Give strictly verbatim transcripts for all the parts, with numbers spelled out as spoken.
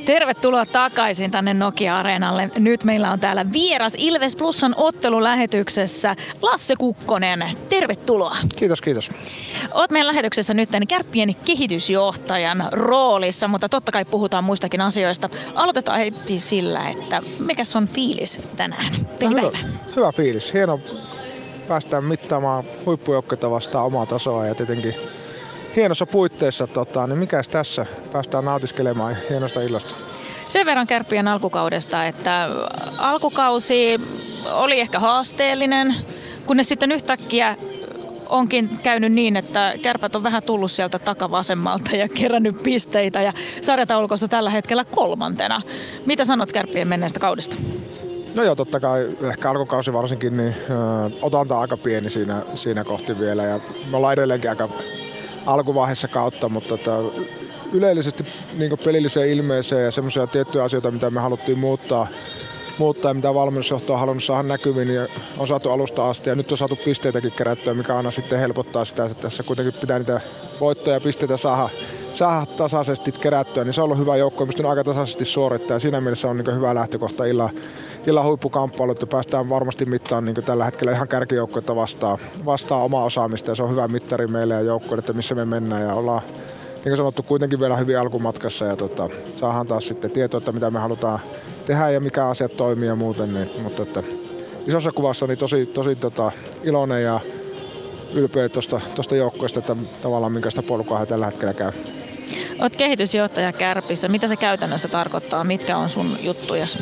Tervetuloa takaisin tänne Nokia-areenalle. Nyt meillä on täällä vieras Ilves Plusan ottelulähetyksessä Lasse Kukkonen. Tervetuloa. Kiitos, kiitos. Oot meidän lähetyksessä nyt Kärppien kehitysjohtajan roolissa, mutta totta kai puhutaan muistakin asioista. Aloitetaan heti sillä, että mikäs on fiilis tänään? Pelipäivä. No, hyvä, hyvä fiilis. Hieno päästään mittaamaan huippujoukkoita vastaan omaa tasoa ja tietenkin hienossa puitteissa, tota, niin mikäs tässä? Päästään nautiskelemaan hienosta illasta. Sen verran Kärppien alkukaudesta, että alkukausi oli ehkä haasteellinen, kunnes sitten yhtäkkiä onkin käynyt niin, että Kärpät on vähän tullut sieltä takavasemmalta ja kerännyt pisteitä ja sarjataulukossa tällä hetkellä kolmantena. Mitä sanot Kärppien menneestä kaudesta? No joo, totta kai ehkä alkukausi varsinkin, niin ö, otanta aika pieni siinä, siinä kohti vielä ja me ollaan edelleenkin aika alkuvaiheessa kautta, mutta tota, yleisesti niin pelilliseen ilmeeseen ja semmoisia tiettyjä asioita, mitä me haluttiin muuttaa, muuttaa ja mitä valmennusjohto on halunnut saada näkyviin, niin on saatu alusta asti ja nyt on saatu pisteitäkin kerättyä, mikä aina sitten helpottaa sitä, että tässä kuitenkin pitää niitä voittoja ja pisteitä saada, saada tasaisesti kerättyä, niin se on ollut hyvä joukko ja pystynyt aika tasaisesti suorittaa ja siinä mielessä on niin hyvä lähtökohta illan, illan huippukamppailu, että päästään varmasti mittaan niin tällä hetkellä ihan kärkijoukkoita vastaan, vastaan omaa osaamista ja se on hyvä mittari meille ja joukkoille, että missä me mennään ja ollaan niin kuin sanottu kuitenkin vielä hyvin alkumatkassa ja tota, saadaan taas sitten tietoa, että mitä me halutaan tehdä ja mikä asiat toimii ja muuten, niin, mutta että isossa kuvassa niin tosi, tosi tota, iloinen ja ylpeä tuosta joukkueesta, että tavallaan minkästä polkua he tällä hetkellä käy. Olet kehitysjohtaja Kärpissä. Mitä se käytännössä tarkoittaa? Mitkä on sun juttujas?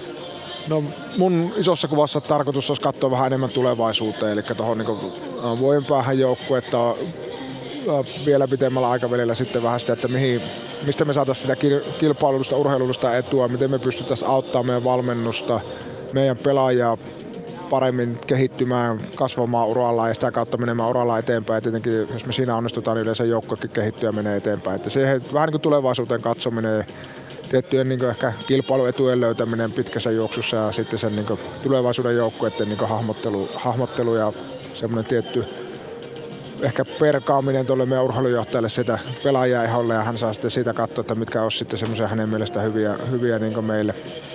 No mun isossa kuvassa tarkoitus olisi katsoa vähän enemmän tulevaisuuteen, eli tuohon niin vuoden päähän joukkuetta vielä pitemmällä aikavälillä sitten vähän sitä, että mihin, mistä me saataisiin sitä kilpailullista, urheilullista etua, miten me pystyttäisiin auttamaan meidän valmennusta, meidän pelaajia paremmin kehittymään, kasvamaan urallaan ja sitä kautta menemään urallaan eteenpäin. Ja tietenkin jos me siinä onnistutaan, niin yleensä joukkokin kehittyy ja menee eteenpäin. Että siihen vähän niin kuin tulevaisuuteen katsominen, tiettyjen niin ehkä kilpailuetujen löytäminen pitkässä juoksussa ja sitten sen niin tulevaisuuden joukkueiden niin hahmottelu, hahmottelu ja semmoinen tietty ehkä perkaaminen tuolle meidän urheilujohtajalle sitä pelaajia iholle ja hän saa sitten siitä katsoa, että mitkä olisi sitten semmoisia hänen mielestä hyviä, hyviä niin meille.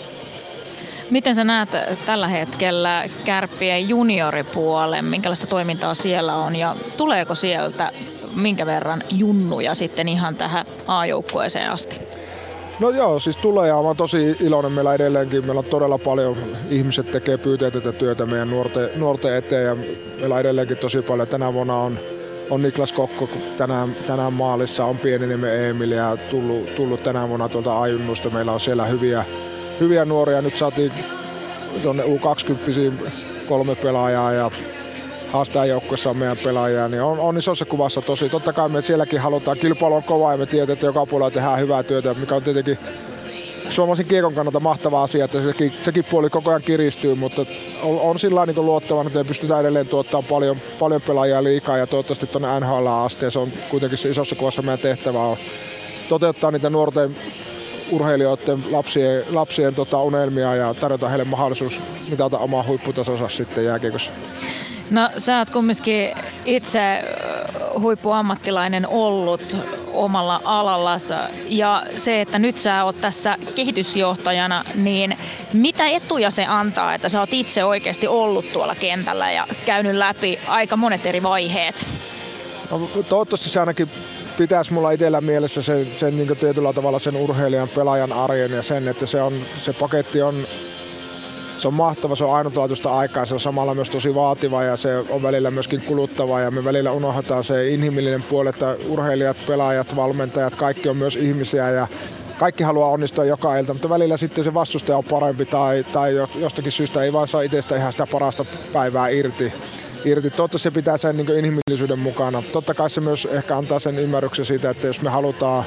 Miten sä näet tällä hetkellä Kärppien junioripuolen, minkälaista toimintaa siellä on ja tuleeko sieltä minkä verran junnuja sitten ihan tähän A-joukkueeseen asti? No joo, siis tulee ja olen tosi iloinen meillä edelleenkin. Meillä on todella paljon ihmiset tekee pyyteetöntä työtä meidän nuorten, nuorten eteen ja meillä on edelleenkin tosi paljon. Tänä vuonna on, on Niklas Kokko tänään, tänään maalissa, on Pieniniemen Emil ja tullut, tullut tänä vuonna tuolta ajunnusta. Meillä on siellä hyviä, hyviä nuoria. Nyt saatiin tuonne U kaksikymmentä kolme pelaajaa ja haastajajoukkueessa on meidän pelaajia, niin on, on isossa kuvassa tosi. Totta kai me sielläkin halutaan, kilpailu on kova ja me tiedetään, että joka puolella tehdään hyvää työtä, mikä on tietenkin suomalaisen kiekon kannalta mahtava asia, että sekin, sekin puoli koko ajan kiristyy, mutta on, on sillä tavalla niin luottavana, että me pystytään edelleen tuottamaan paljon, paljon pelaajia liikaa ja toivottavasti tuonne N H L asti ja se on kuitenkin se isossa kuvassa meidän tehtävä on toteuttaa niitä nuorten urheilijoiden, lapsien, lapsien tota, unelmia ja tarjota heille mahdollisuus mitata omaa huipputasonsa sitten jääkiekossa. No sä oot kumminkin itse huippuammattilainen ollut omalla alallasi ja se, että nyt sä oot tässä kehitysjohtajana, niin mitä etuja se antaa, että sä oot itse oikeasti ollut tuolla kentällä ja käynyt läpi aika monet eri vaiheet? No, toivottavasti se ainakin pitäisi mulla itsellä mielessä sen, sen niin kuin tietyllä tavalla sen urheilijan, pelaajan arjen ja sen, että se, on, se paketti on Se on mahtava, se on ainutlaatuista aikaa, se on samalla myös tosi vaativa ja se on välillä myöskin kuluttava ja me välillä unohdetaan se inhimillinen puoli, että urheilijat, pelaajat, valmentajat, kaikki on myös ihmisiä ja kaikki haluaa onnistua joka ilta, mutta välillä sitten se vastustaja on parempi tai, tai jostakin syystä ei vaan saa itsestä ihan sitä parasta päivää irti. irti. Totta se pitää sen niin kuin inhimillisyyden mukana. Totta kai se myös ehkä antaa sen ymmärryksen siitä, että jos me halutaan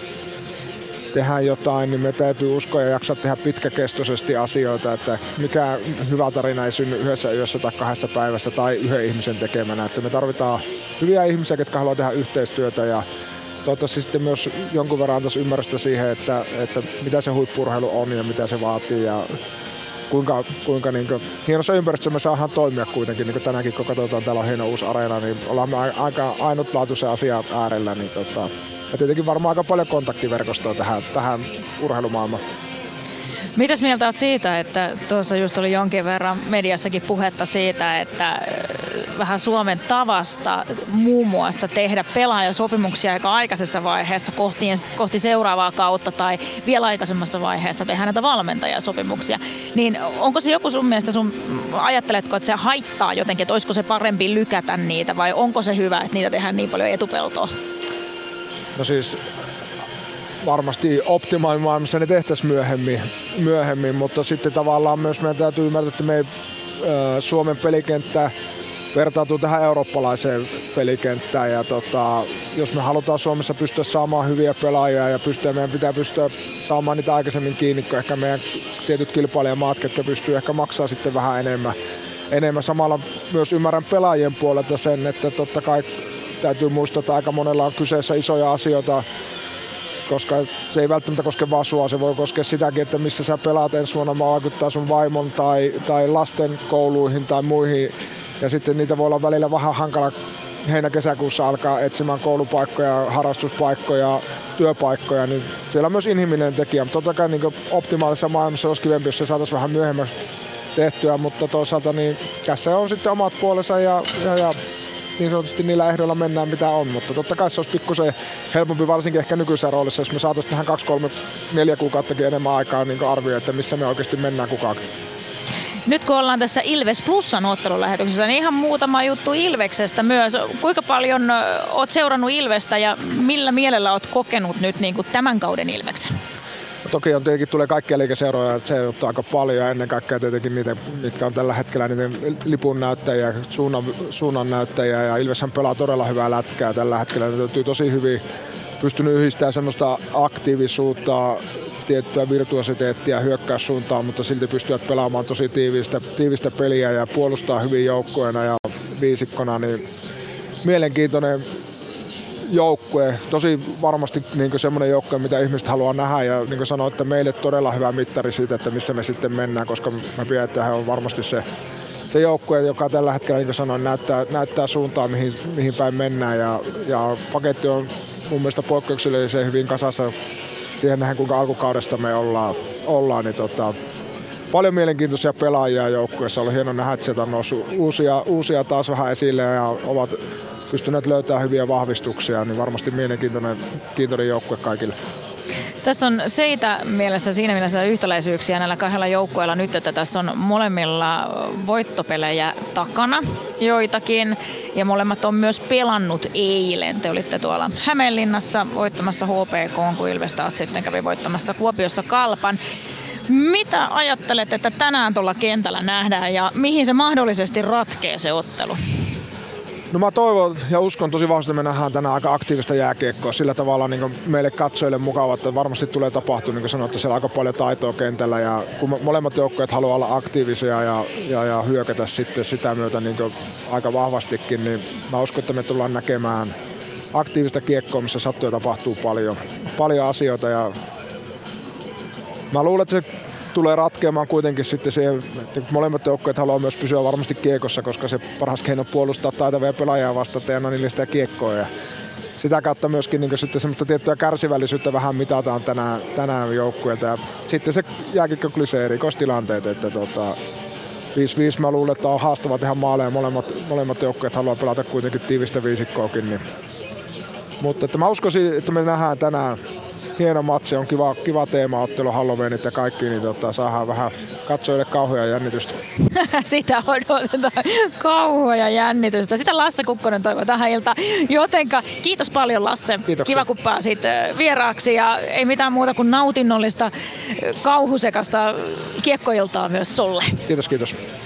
tehdä jotain, niin me täytyy uskoa ja jaksaa tehdä pitkäkestoisesti asioita, että mikä hyvä tarina ei synny yhdessä yössä tai kahdessa päivässä tai yhden ihmisen tekemänä. Että me tarvitaan hyviä ihmisiä, jotka haluaa tehdä yhteistyötä ja toivottavasti sitten myös jonkun verran antaisi ymmärrystä siihen, että, että mitä se huippu-urheilu on ja mitä se vaatii ja kuinka, kuinka niin kuin, hienossa ympäristössä me saadaan toimia kuitenkin. Niin kuin tänäänkin, kun katsotaan, täällä on hieno uusi areena, niin ollaan me aika ainutlaatuisen asian äärellä. Niin tota, ja tietenkin varmaan aika paljon kontaktiverkostoa tähän, tähän urheilumaailmaan. Mitäs mieltä olet siitä, että tuossa just oli jonkin verran mediassakin puhetta siitä, että vähän Suomen tavasta muun muassa tehdä pelaajasopimuksia aika aikaisessa vaiheessa kohti, kohti seuraavaa kautta tai vielä aikaisemmassa vaiheessa tehdä näitä valmentajasopimuksia. Niin onko se joku sun mielestä, sun, ajatteletko, että se haittaa jotenkin, että olisiko se parempi lykätä niitä vai onko se hyvä, että niitä tehdään niin paljon etupeltoa? No siis varmasti optimaalimaailmassa ne tehtäisiin myöhemmin, myöhemmin, mutta sitten tavallaan myös meidän täytyy ymmärtää, että me ei, ö, Suomen pelikenttä vertautuu tähän eurooppalaiseen pelikenttään ja tota, jos me halutaan Suomessa pystyä saamaan hyviä pelaajia ja pystyä, meidän pitää pystyä saamaan niitä aikaisemmin kiinni, kun ehkä meidän tietyt kilpailijamaat, ketkä pystyy ehkä maksaa sitten vähän enemmän. enemmän. Samalla myös ymmärrän pelaajien puolelta sen, että totta kai täytyy muistaa, että aika monella on kyseessä isoja asioita, koska se ei välttämättä koske vaan sua, se voi koskea sitäkin, että missä sä pelaat ensi vuonna, vaikuttaa sun vaimon tai, tai lasten kouluihin tai muihin. Ja sitten niitä voi olla välillä vähän hankala heinä-kesäkuussa alkaa etsimään koulupaikkoja, harrastuspaikkoja, työpaikkoja, niin siellä on myös inhimillinen tekijä. Mutta totta kai niin optimaalisessa maailmassa olisi kivempi, jos se saataisiin vähän myöhemmäksi tehtyä, mutta toisaalta niin tässä on sitten omat puolensa ja, ja, ja niin sanotusti niillä ehdoilla mennään mitä on, mutta totta kai se olisi pikkusen helpompi varsinkin ehkä nykyisessä roolissa, jos me saataisiin tähän kaksi, kolme, neljä kuukauttakin enemmän aikaa niin arvioida, että missä me oikeasti mennään kukaankin. Nyt kun ollaan tässä Ilves Plusan ottelulähetyksessä, niin ihan muutama juttu Ilveksestä myös. Kuinka paljon oot seurannut Ilvestä ja millä mielellä oot kokenut nyt niin kuin tämän kauden Ilveksen? Toki on tietenkin tulee kaikkia liikeseuroja, se ottaa aika paljon ja ennen kaikkea tietenkin niitä, mitkä on tällä hetkellä niiden lipun näyttäjiä, suunnan, suunnan näyttäjiä ja Ilveshän pelaa todella hyvää lätkää tällä hetkellä. Ne löytyy tosi hyvin pystynyt yhdistämään semmoista aktiivisuutta, tiettyä virtuositeettia hyökkäyssuuntaan, mutta silti pystyvät pelaamaan tosi tiivistä, tiivistä peliä ja puolustaa hyvin joukkueena ja viisikkona, niin mielenkiintoinen joukkue, tosi varmasti niin semmoinen joukkue, mitä ihmiset haluaa nähdä ja niin kuin sanoin, että meille todella hyvä mittari siitä, että missä me sitten mennään, koska mä pidän, että he on varmasti se, se joukkue, joka tällä hetkellä niin kuin sanoin, näyttää, näyttää suuntaan, mihin, mihin päin mennään ja, ja paketti on mun mielestä poikkeuksellisen hyvin kasassa siihen nähdään, kuinka alkukaudesta me ollaan, ollaan niin tota, paljon mielenkiintoisia pelaajia joukkueessa. Oli hieno nähdä, että sieltä on noussut uusia, uusia taas vähän esille ja ovat pystyneet löytämään hyviä vahvistuksia, niin varmasti mielenkiintoinen kiintoinen joukkue kaikille. Tässä on seitä mielessä siinä mielessä yhtäläisyyksiä näillä kahdella joukkueella nyt, että tässä on molemmilla voittopelejä takana joitakin ja molemmat on myös pelannut eilen. Te olitte tuolla Hämeenlinnassa voittamassa H P K, kun Ilves taas sitten kävi voittamassa Kuopiossa Kalpan. Mitä ajattelet, että tänään tuolla kentällä nähdään ja mihin se mahdollisesti ratkee se ottelu? No mä toivon ja uskon tosi vahvasti, että me nähdään tänään aika aktiivista jääkiekkoa. Sillä tavalla niin meille katsojille mukava, että varmasti tulee tapahtua, niin kuin sanoin, että siellä on aika paljon taitoa kentällä. Ja kun molemmat joukkueet haluaa olla aktiivisia ja, ja, ja hyökätä sitten sitä myötä niin aika vahvastikin, niin mä uskon, että me tullaan näkemään aktiivista kiekkoa, missä sattuu ja tapahtuu paljon, paljon asioita. Ja mä luulen, että se tulee ratkeamaan kuitenkin sitten siihen, että molemmat joukkueet haluaa myös pysyä varmasti kiekossa, koska se paras keino puolustaa taitavia pelaajia vastaan ja niille sitä kiekkoa. Ja sitä kautta myöskin niin sitten semmoista tiettyä kärsivällisyyttä vähän mitataan tänään, tänään joukkueelta. Ja sitten se jääkiekko klisee erikoistilanteet, että tota, viisi viisi mä luulen, että on haastava tehdä maaleja. Molemmat, molemmat joukkueet haluaa pelata kuitenkin tiivistä viisikkoakin. Niin. Mutta että mä uskoisin, että me nähdään tänään hieno matsi, on kiva, kiva teemaottelu, Halloweenit ja kaikki, niin tota, saadaan vähän katsojille kauhua ja jännitystä. Sitä odotetaan, kauhua ja jännitystä. Sitä Lasse Kukkonen toivoo tähän iltaan. Jotenka kiitos paljon Lasse. Kiitoksia. Kiva kun pääsit vieraaksi ja ei mitään muuta kuin nautinnollista kauhusekasta kiekkoiltaa myös sulle. Kiitos, kiitos.